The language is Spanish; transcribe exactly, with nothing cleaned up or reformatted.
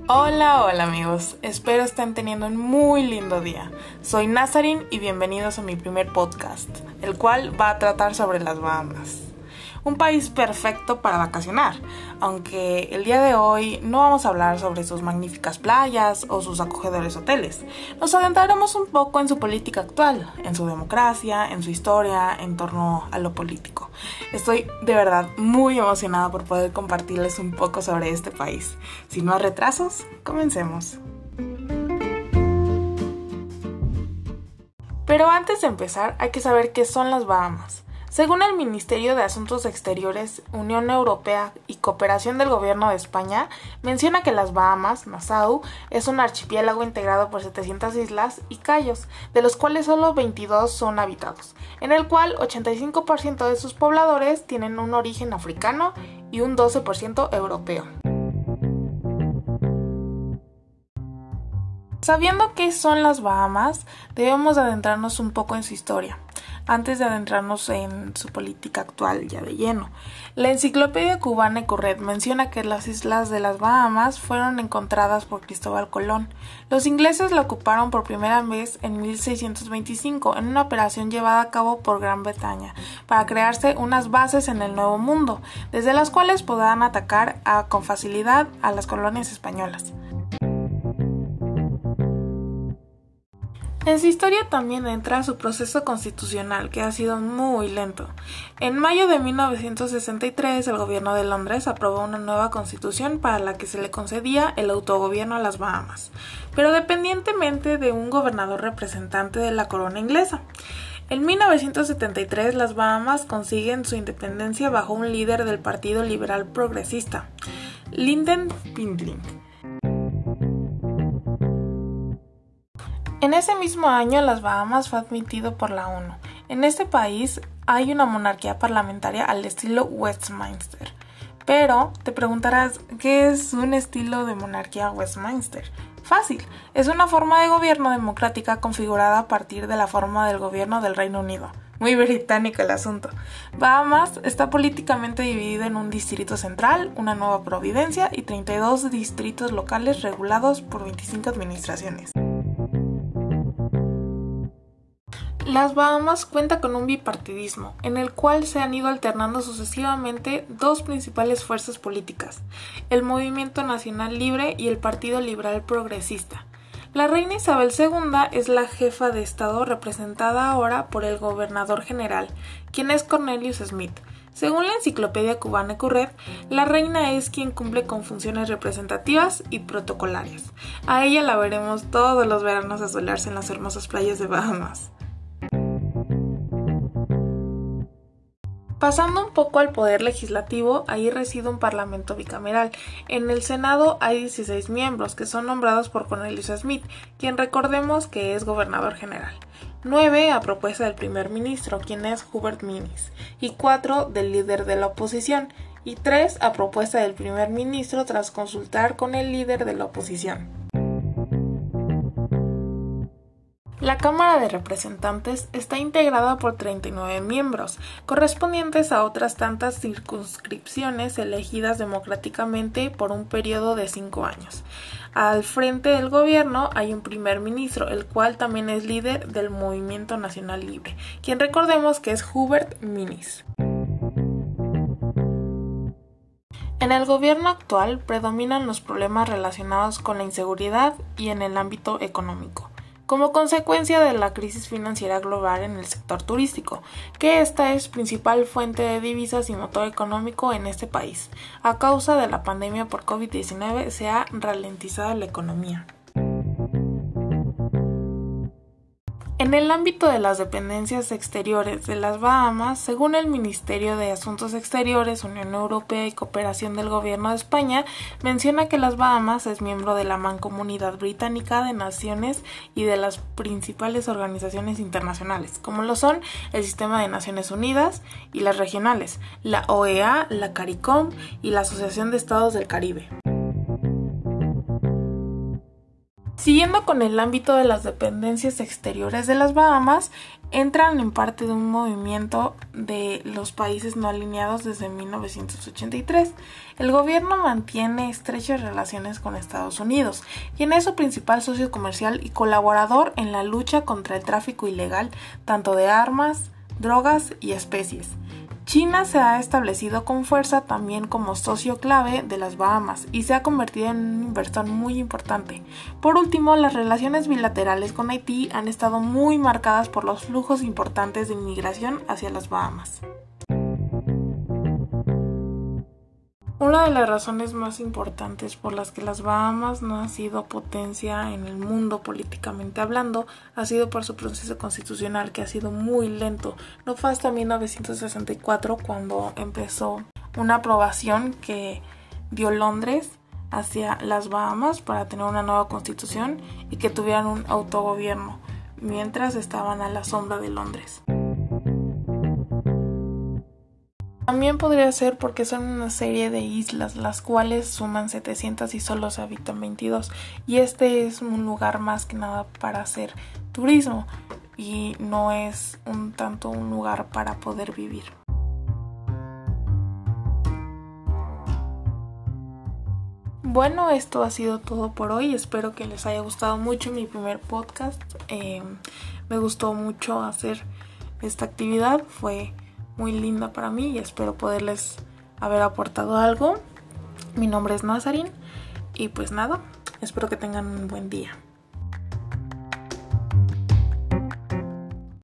Hola, hola amigos, espero estén teniendo un muy lindo día. Soy Nazarin y bienvenidos a mi primer podcast, el cual va a tratar sobre las Bahamas. Un país perfecto para vacacionar, aunque el día de hoy no vamos a hablar sobre sus magníficas playas o sus acogedores hoteles. Nos adentraremos un poco en su política actual, en su democracia, en su historia, en torno a lo político. Estoy de verdad muy emocionada por poder compartirles un poco sobre este país. Sin más retrasos, comencemos. Pero antes de empezar, hay que saber qué son las Bahamas. Según el Ministerio de Asuntos Exteriores, Unión Europea y Cooperación del Gobierno de España, menciona que las Bahamas, Nassau, es un archipiélago integrado por setecientas islas y cayos, de los cuales solo veintidós son habitados, en el cual ochenta y cinco por ciento de sus pobladores tienen un origen africano y un doce por ciento europeo. Sabiendo qué son las Bahamas, debemos adentrarnos un poco en su historia, antes de adentrarnos en su política actual ya de lleno. La enciclopedia cubana Curret menciona que las islas de las Bahamas fueron encontradas por Cristóbal Colón. Los ingleses la ocuparon por primera vez en mil seiscientos veinticinco en una operación llevada a cabo por Gran Bretaña para crearse unas bases en el Nuevo Mundo, desde las cuales podrán atacar a, con facilidad a las colonias españolas. En su historia también entra su proceso constitucional, que ha sido muy lento. En mayo de mil novecientos sesenta y tres, el gobierno de Londres aprobó una nueva constitución para la que se le concedía el autogobierno a las Bahamas, pero dependientemente de un gobernador representante de la corona inglesa. En mil novecientos setenta y tres, las Bahamas consiguen su independencia bajo un líder del Partido Liberal Progresista, Lynden Pindling. En ese mismo año, las Bahamas fue admitido por la ONU. En este país hay una monarquía parlamentaria al estilo Westminster. Pero te preguntarás, ¿qué es un estilo de monarquía Westminster? Fácil, es una forma de gobierno democrática configurada a partir de la forma del gobierno del Reino Unido. Muy británico el asunto. Bahamas está políticamente dividido en un distrito central, una nueva providencia y treinta y dos distritos locales regulados por veinticinco administraciones. Las Bahamas cuenta con un bipartidismo, en el cual se han ido alternando sucesivamente dos principales fuerzas políticas, el Movimiento Nacional Libre y el Partido Liberal Progresista. La reina Isabel segunda es la jefa de Estado, representada ahora por el gobernador general, quien es Cornelius Smith. Según la enciclopedia cubana Curret, la reina es quien cumple con funciones representativas y protocolarias. A ella la veremos todos los veranos asolearse en las hermosas playas de Bahamas. Pasando un poco al poder legislativo, ahí reside un parlamento bicameral. En el Senado hay dieciséis miembros, que son nombrados por Cornelius Smith, quien recordemos que es gobernador general. nueve a propuesta del primer ministro, quien es Hubert Minnis, y cuatro del líder de la oposición, y tres a propuesta del primer ministro tras consultar con el líder de la oposición. La Cámara de Representantes está integrada por treinta y nueve miembros, correspondientes a otras tantas circunscripciones elegidas democráticamente por un periodo de cinco años. Al frente del gobierno hay un primer ministro, el cual también es líder del Movimiento Nacional Libre, quien recordemos que es Hubert Minnis. En el gobierno actual predominan los problemas relacionados con la inseguridad y en el ámbito económico, como consecuencia de la crisis financiera global en el sector turístico, que esta es principal fuente de divisas y motor económico en este país. A causa de la pandemia por COVID diecinueve se ha ralentizado la economía. En el ámbito de las dependencias exteriores de las Bahamas, según el Ministerio de Asuntos Exteriores, Unión Europea y Cooperación del Gobierno de España, menciona que las Bahamas es miembro de la Mancomunidad Británica de Naciones y de las principales organizaciones internacionales, como lo son el Sistema de Naciones Unidas y las regionales, la O E A, la CARICOM y la Asociación de Estados del Caribe. Siguiendo con el ámbito de las dependencias exteriores de las Bahamas, entran en parte de un movimiento de los países no alineados desde mil novecientos ochenta y tres. El gobierno mantiene estrechas relaciones con Estados Unidos, quien es su principal socio comercial y colaborador en la lucha contra el tráfico ilegal, tanto de armas, drogas y especies. China se ha establecido con fuerza también como socio clave de las Bahamas y se ha convertido en un inversor muy importante. Por último, las relaciones bilaterales con Haití han estado muy marcadas por los flujos importantes de inmigración hacia las Bahamas. Una de las razones más importantes por las que las Bahamas no han sido potencia en el mundo políticamente hablando ha sido por su proceso constitucional, que ha sido muy lento. No fue hasta mil novecientos sesenta y cuatro cuando empezó una aprobación que dio Londres hacia las Bahamas para tener una nueva constitución y que tuvieran un autogobierno mientras estaban a la sombra de Londres. También podría ser porque son una serie de islas, las cuales suman setecientas y solo se habitan veintidós. Y este es un lugar más que nada para hacer turismo y no es un tanto un lugar para poder vivir. Bueno, esto ha sido todo por hoy. Espero que les haya gustado mucho mi primer podcast. Eh, me gustó mucho hacer esta actividad. Fue muy linda para mí y espero poderles haber aportado algo. Mi nombre es Nazarin y pues nada, espero que tengan un buen día.